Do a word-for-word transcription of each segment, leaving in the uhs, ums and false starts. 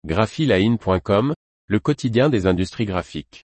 graphiline point com, le quotidien des industries graphiques.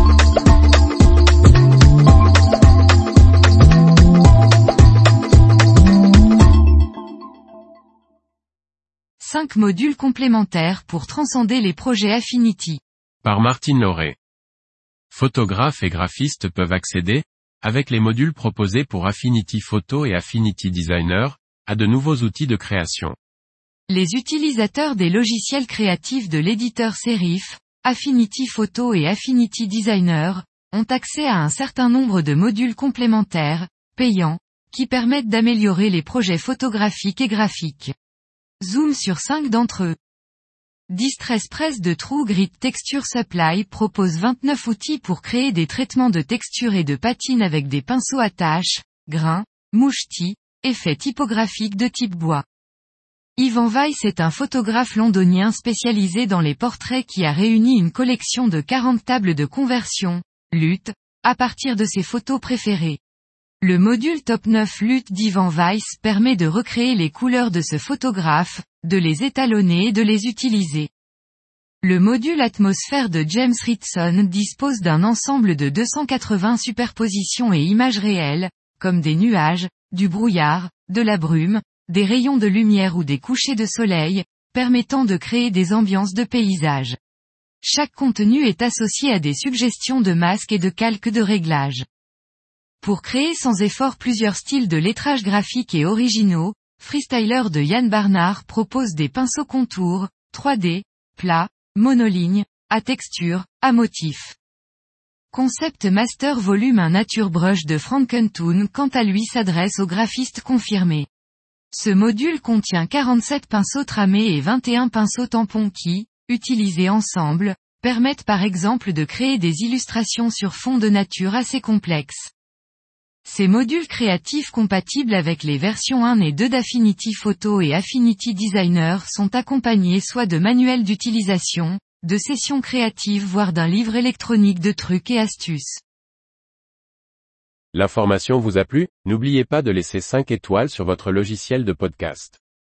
cinq modules complémentaires pour transcender les projets Affinity. Par Martine Lauré. Photographes et graphistes peuvent accéder, avec les modules proposés pour Affinity Photo et Affinity Designer, à de nouveaux outils de création. Les utilisateurs des logiciels créatifs de l'éditeur Serif, Affinity Photo et Affinity Designer, ont accès à un certain nombre de modules complémentaires, payants, qui permettent d'améliorer les projets photographiques et graphiques. Zoom sur cinq d'entre eux. Distress Press de True Grit Texture Supply propose vingt-neuf outils pour créer des traitements de texture et de patine avec des pinceaux à taches, grains, mouchetis, effets typographiques de type bois. Ivan Weiss est un photographe londonien spécialisé dans les portraits qui a réuni une collection de quarante tables de conversion, L U T, à partir de ses photos préférées. Le module Top neuf L U T d'Ivan Weiss permet de recréer les couleurs de ce photographe, de les étalonner et de les utiliser. Le module Atmosphère de James Ritson dispose d'un ensemble de deux cent quatre-vingts superpositions et images réelles, comme des nuages, du brouillard, de la brume, des rayons de lumière ou des couchers de soleil, permettant de créer des ambiances de paysage. Chaque contenu est associé à des suggestions de masques et de calques de réglage. Pour créer sans effort plusieurs styles de lettrage graphique et originaux, Freestyler de Yann Barnard propose des pinceaux contours, trois D, plats, monoligne, à texture, à motif. Concept Master Volume un Nature Brush de Frankentoon quant à lui s'adresse aux graphistes confirmés. Ce module contient quarante-sept pinceaux tramés et vingt et un pinceaux tampons qui, utilisés ensemble, permettent par exemple de créer des illustrations sur fond de nature assez complexes. Ces modules créatifs compatibles avec les versions un et deux d'Affinity Photo et Affinity Designer sont accompagnés soit de manuels d'utilisation, de sessions créatives voire d'un livre électronique de trucs et astuces. L'information vous a plu? N'oubliez pas de laisser cinq étoiles sur votre logiciel de podcast.